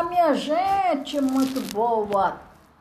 Minha gente, muito boa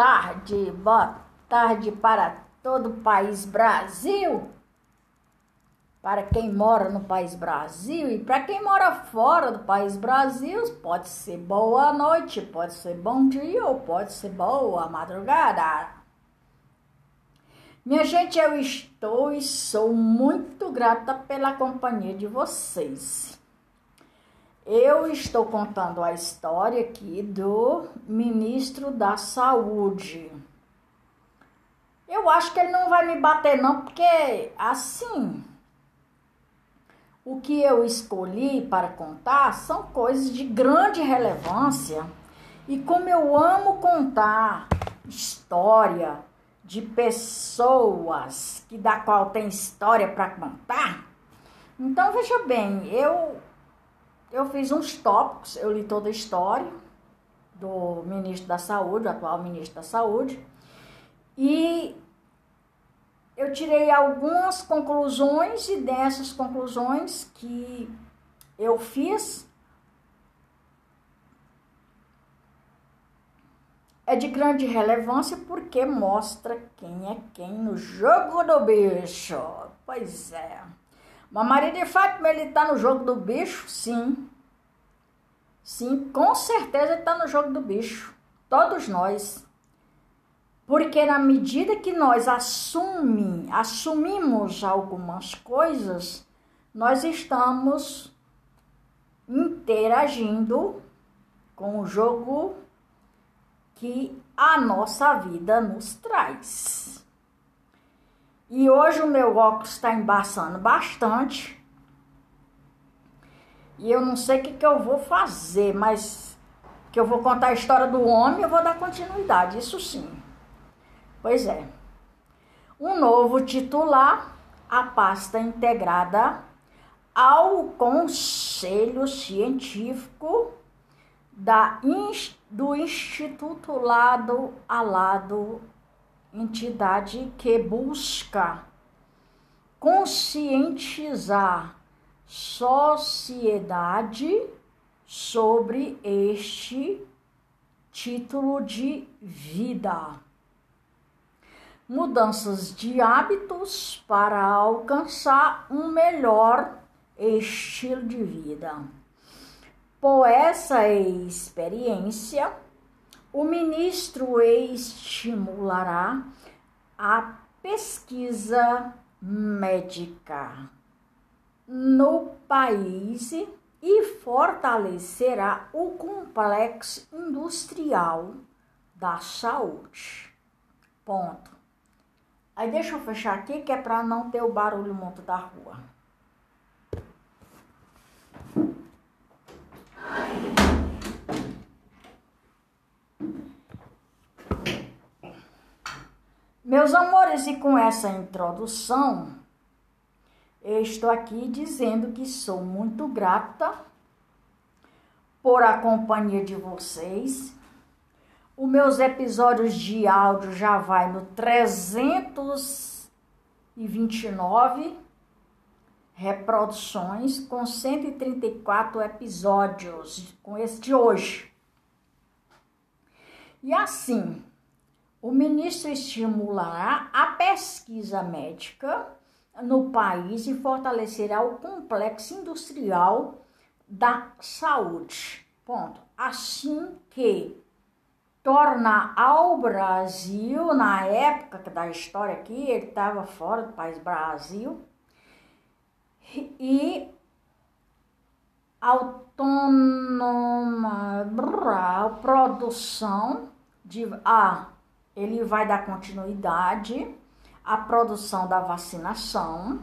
tarde para todo o país Brasil, para quem mora no país Brasil e para quem mora fora do país Brasil, pode ser boa noite, pode ser bom dia ou pode ser boa madrugada. Minha gente, eu estou e sou muito grata pela companhia de vocês. Eu estou contando a história aqui do ministro da Saúde. Eu acho que ele não vai me bater não, porque assim, o que eu escolhi para contar são coisas de grande relevância. E como eu amo contar história de pessoas da qual tem história para contar, então veja bem, eu fiz uns tópicos, eu li toda a história do ministro da Saúde, o atual ministro da Saúde, e eu tirei algumas conclusões, e dessas conclusões que eu fiz, é de grande relevância porque mostra quem é quem no jogo do bicho. Pois é. Mas Maria de Fátima, ele tá no jogo do bicho? Sim. Sim, com certeza ele tá no jogo do bicho. Todos nós. Porque na medida que nós assumimos algumas coisas, nós estamos interagindo com o jogo que a nossa vida nos traz. E hoje o meu óculos está embaçando bastante. E eu não sei o que eu vou fazer, mas que eu vou contar a história do homem, eu vou dar continuidade, isso sim. Pois é. Um novo titular, a pasta integrada ao Conselho Científico do Instituto Lado a Lado, entidade que busca conscientizar sociedade sobre este título de vida. Mudanças de hábitos para alcançar um melhor estilo de vida. Por essa experiência, o ministro estimulará a pesquisa médica no país e fortalecerá o complexo industrial da saúde. Ponto. Aí deixa eu fechar aqui, que é para não ter o barulho muito da rua. Meus amores, e com essa introdução, eu estou aqui dizendo que sou muito grata por a companhia de vocês. Os meus episódios de áudio já vai no 329 reproduções, com 134 episódios, com esse de hoje. E assim, o ministro estimulará a pesquisa médica no país e fortalecerá o complexo industrial da saúde. Ponto. Assim que torna ao Brasil, na época da história aqui, ele estava fora do país Brasil, e autônoma produção de... ele vai dar continuidade à produção da vacinação,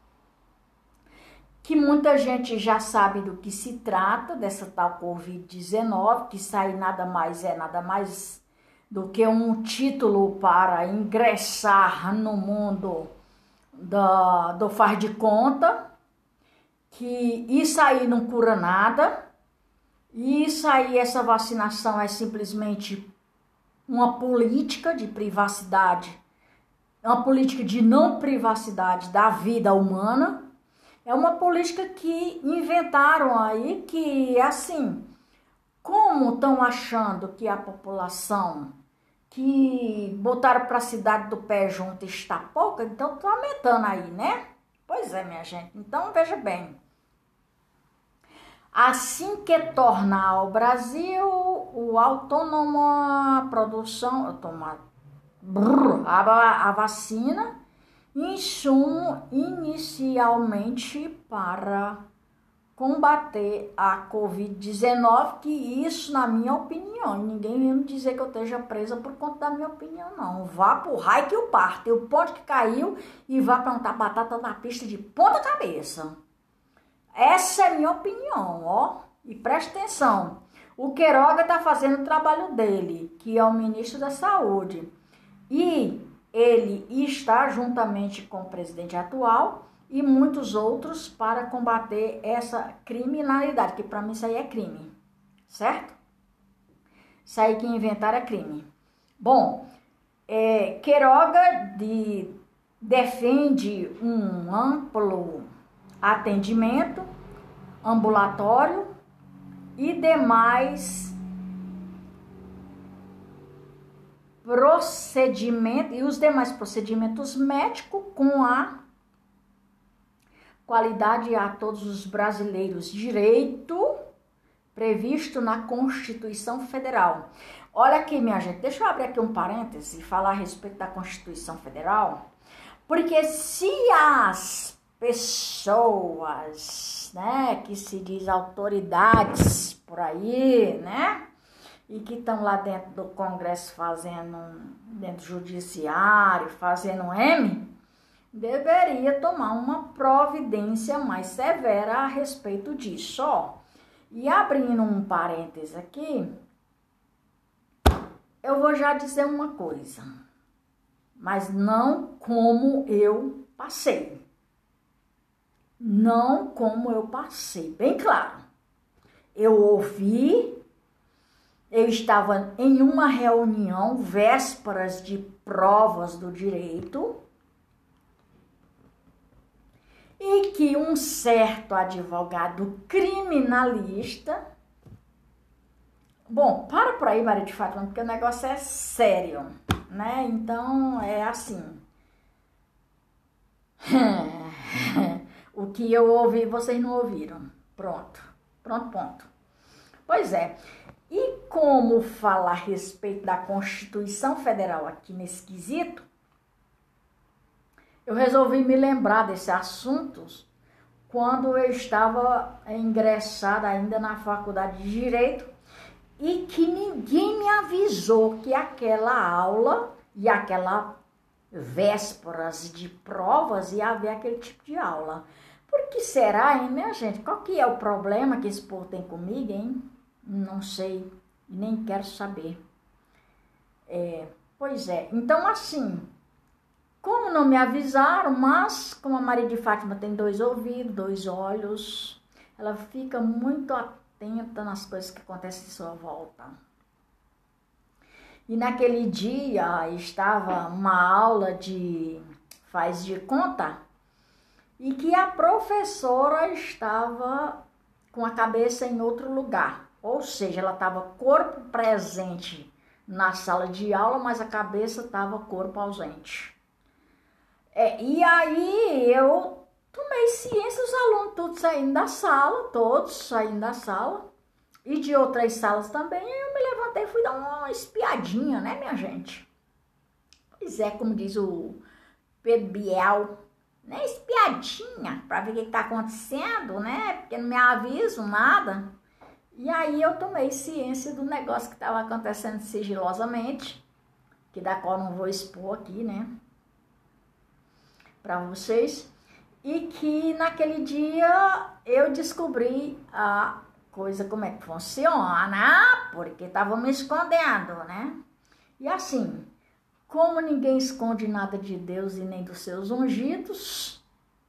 que muita gente já sabe do que se trata, dessa tal Covid-19, que isso aí nada mais do que um título para ingressar no mundo do faz de conta, que isso aí não cura nada, e isso aí, essa vacinação é simplesmente uma política de privacidade, uma política de não privacidade da vida humana. É uma política que inventaram aí, que assim, Como estão achando que a população que botaram para a cidade do pé junto está pouca, então está aumentando aí, né? Pois é, minha gente. Então, veja bem. Assim que tornar ao Brasil o autônomo a produção, a vacina, insumo inicialmente para combater a Covid-19, que isso, na minha opinião, ninguém vem me dizer que eu esteja presa por conta da minha opinião, não. Vá pro raio que o parto, o ponto que caiu e vá plantar batata na pista de ponta cabeça. Essa é a minha opinião, ó. E preste atenção. O Queiroga está fazendo o trabalho dele, que é o ministro da Saúde. E ele está juntamente com o presidente atual e muitos outros para combater essa criminalidade, que para mim isso aí é crime, certo? Isso aí que inventaram é crime. Bom, Queiroga defende um amplo atendimento ambulatório e demais procedimentos e os demais procedimentos médicos com a qualidade a todos os brasileiros, direito previsto na Constituição Federal. Olha aqui, minha gente, deixa eu abrir aqui um parêntese e falar a respeito da Constituição Federal, porque se as pessoas, né, que se diz autoridades por aí, né, e que estão lá dentro do Congresso dentro do Judiciário, fazendo M, deveria tomar uma providência mais severa a respeito disso, ó. E abrindo um parêntese aqui, eu vou já dizer uma coisa, mas não como eu passei. Não como eu passei, bem claro. Eu ouvi, eu estava em uma reunião, vésperas de provas do direito, e que um certo advogado criminalista... Bom, para por aí, Maria de Fátima, porque o negócio é sério, né? Então, é assim... O que eu ouvi, vocês não ouviram. Pronto, ponto. Pois é, e como falar a respeito da Constituição Federal aqui nesse quesito, eu resolvi me lembrar desse assunto quando eu estava ingressada ainda na faculdade de Direito e que ninguém me avisou que aquela aula e aquela vésperas de provas ia haver aquele tipo de aula. Por que será, hein, minha gente? Qual que é o problema que esse povo tem comigo, hein? Não sei, nem quero saber. Pois é, então assim... Como não me avisaram, mas como a Maria de Fátima tem 2 ouvidos, 2 olhos, ela fica muito atenta nas coisas que acontecem em sua volta. E naquele dia estava uma aula de faz de conta e que a professora estava com a cabeça em outro lugar. Ou seja, ela estava corpo presente na sala de aula, mas a cabeça estava corpo ausente. E aí eu tomei ciência, os alunos todos saindo da sala, e de outras salas também, aí eu me levantei e fui dar uma espiadinha, né, minha gente? Pois é, como diz o Pedro Biel, né, espiadinha, pra ver o que tá acontecendo, né, porque não me avisam nada. E aí eu tomei ciência do negócio que estava acontecendo sigilosamente, que da qual não vou expor aqui, né, para vocês, e que naquele dia eu descobri a coisa como é que funciona, porque estavam me escondendo, né? E assim, como ninguém esconde nada de Deus e nem dos seus ungidos,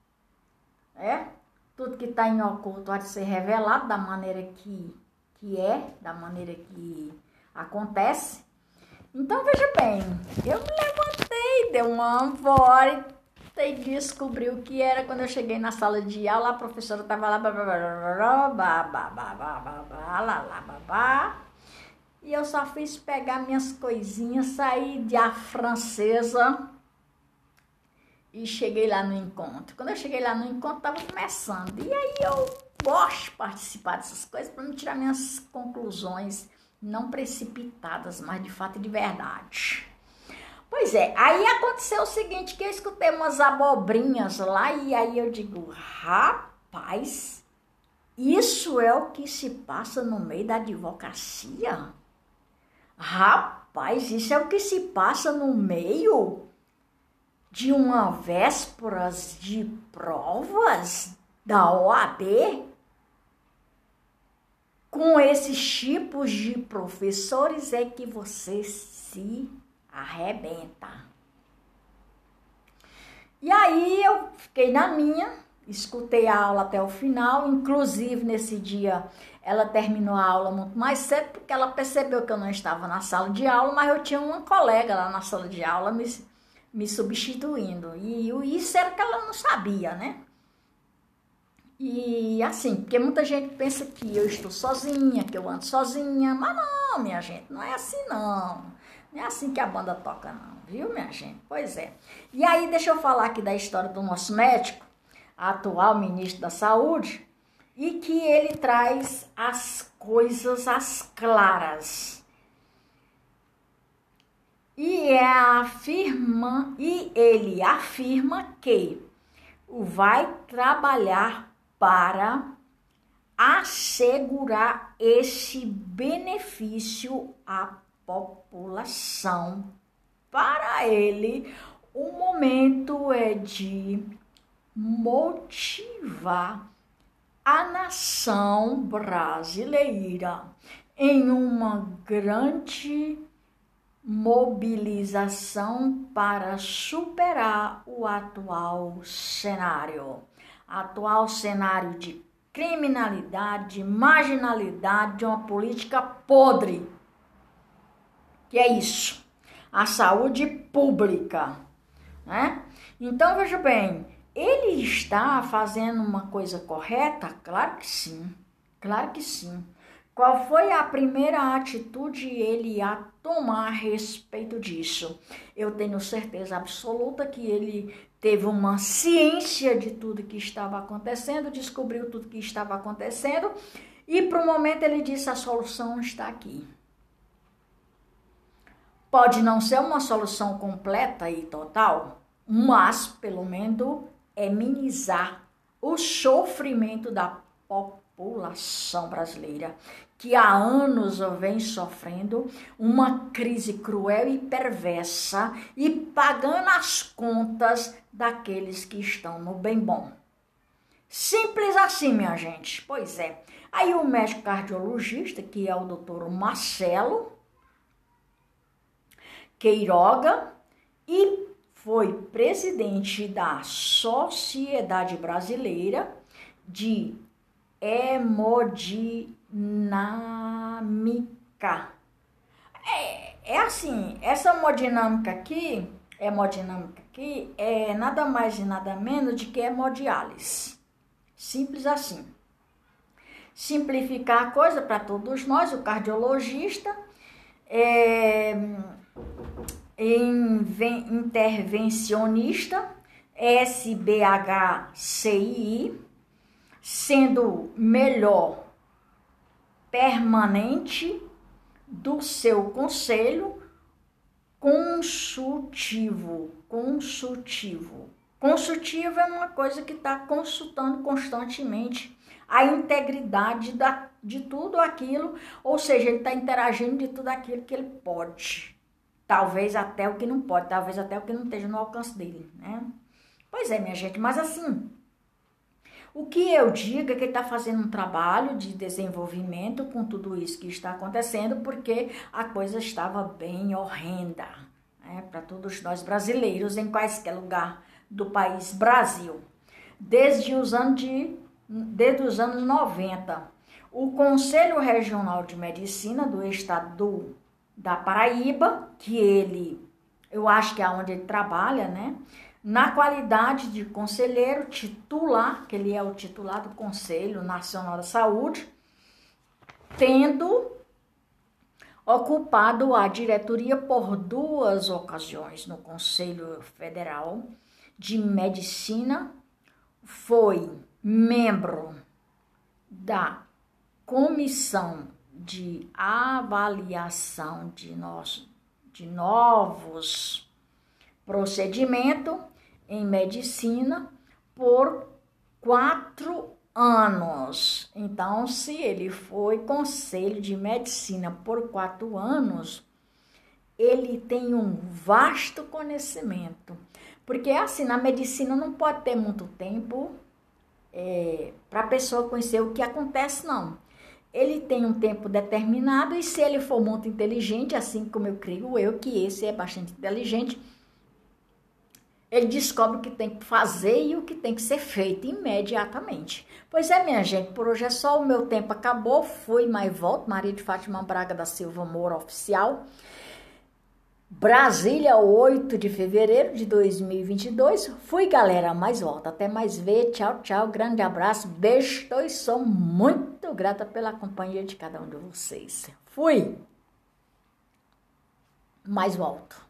tudo que está em oculto há de ser revelado da maneira que da maneira que acontece. Então, veja bem, eu me levantei, dei uma volta e descobri o que era. Quando eu cheguei na sala de aula, a professora estava lá, e eu só fiz pegar minhas coisinhas, sair da francesa e cheguei lá no encontro. Quando eu cheguei lá no encontro, estava começando. E aí eu gosto de participar dessas coisas para me tirar minhas conclusões, não precipitadas, mas de fato e de verdade. Pois é, aí aconteceu o seguinte, que eu escutei umas abobrinhas lá e aí eu digo, rapaz, isso é o que se passa no meio da advocacia? Rapaz, isso é o que se passa no meio de uma vésperas de provas da OAB? Com esses tipos de professores é que você se arrebenta. E aí eu fiquei na minha, escutei a aula até o final, inclusive nesse dia ela terminou a aula muito mais cedo, porque ela percebeu que eu não estava na sala de aula, mas eu tinha uma colega lá na sala de aula me substituindo, e isso era que ela não sabia, né? E assim, porque muita gente pensa que eu estou sozinha, que eu ando sozinha, mas não, minha gente, não é assim não. Não é assim que a banda toca não, viu, minha gente? Pois é. E aí, deixa eu falar aqui da história do nosso médico, atual ministro da Saúde, e que ele traz as coisas às claras. E ele afirma que vai trabalhar para assegurar esse benefício à população. Para ele, o momento é de motivar a nação brasileira em uma grande mobilização para superar o atual cenário. Atual cenário de criminalidade, marginalidade, uma política podre. Que é isso, a saúde pública, né? Então, veja bem, ele está fazendo uma coisa correta? Claro que sim, claro que sim. Qual foi a primeira atitude ele a tomar a respeito disso? Eu tenho certeza absoluta que ele teve uma ciência de tudo que estava acontecendo, descobriu tudo que estava acontecendo e, para o momento, ele disse, a solução está aqui. Pode não ser uma solução completa e total, mas, pelo menos, é minimizar o sofrimento da população brasileira, que há anos vem sofrendo uma crise cruel e perversa e pagando as contas daqueles que estão no bem bom. Simples assim, minha gente. Pois é. Aí o médico cardiologista, que é o doutor Marcelo Queiroga, e foi presidente da Sociedade Brasileira de Hemodinâmica. É assim, essa hemodinâmica aqui é nada mais e nada menos de que hemodiálise. Simples assim. Simplificar a coisa para todos nós, o cardiologista, intervencionista, SBHCI, sendo melhor permanente do seu conselho consultivo. Consultivo é uma coisa que está consultando constantemente a integridade de tudo aquilo, ou seja, ele está interagindo de tudo aquilo que ele pode. Talvez até o que não pode, talvez até o que não esteja no alcance dele, né? Pois é, minha gente, mas assim, o que eu digo é que ele está fazendo um trabalho de desenvolvimento com tudo isso que está acontecendo, porque a coisa estava bem horrenda, né, para todos nós brasileiros, em quaisquer lugar do país Brasil. Desde os anos 90, o Conselho Regional de Medicina do Estado da Paraíba, que eu acho que é onde ele trabalha, né? na qualidade de conselheiro titular, que ele é o titular do Conselho Nacional da Saúde, tendo ocupado a diretoria por 2 ocasiões no Conselho Federal de Medicina, foi membro da Comissão de Avaliação de novos procedimentos em medicina por 4 anos. Então, se ele foi conselho de medicina por 4 anos, ele tem um vasto conhecimento. Porque, assim, na medicina não pode ter muito tempo para a pessoa conhecer o que acontece, não. Ele tem um tempo determinado e se ele for muito inteligente, assim como eu creio que esse é bastante inteligente, ele descobre o que tem que fazer e o que tem que ser feito imediatamente. Pois é, minha gente, por hoje é só, o meu tempo acabou, fui, mas volto. Maria de Fátima Braga da Silva Moura Oficial, Brasília, 8 de fevereiro de 2022. Fui, galera, mais volta. Até mais ver. Tchau, tchau. Grande abraço. Beijo. E sou muito grata pela companhia de cada um de vocês. Fui. Mais volto.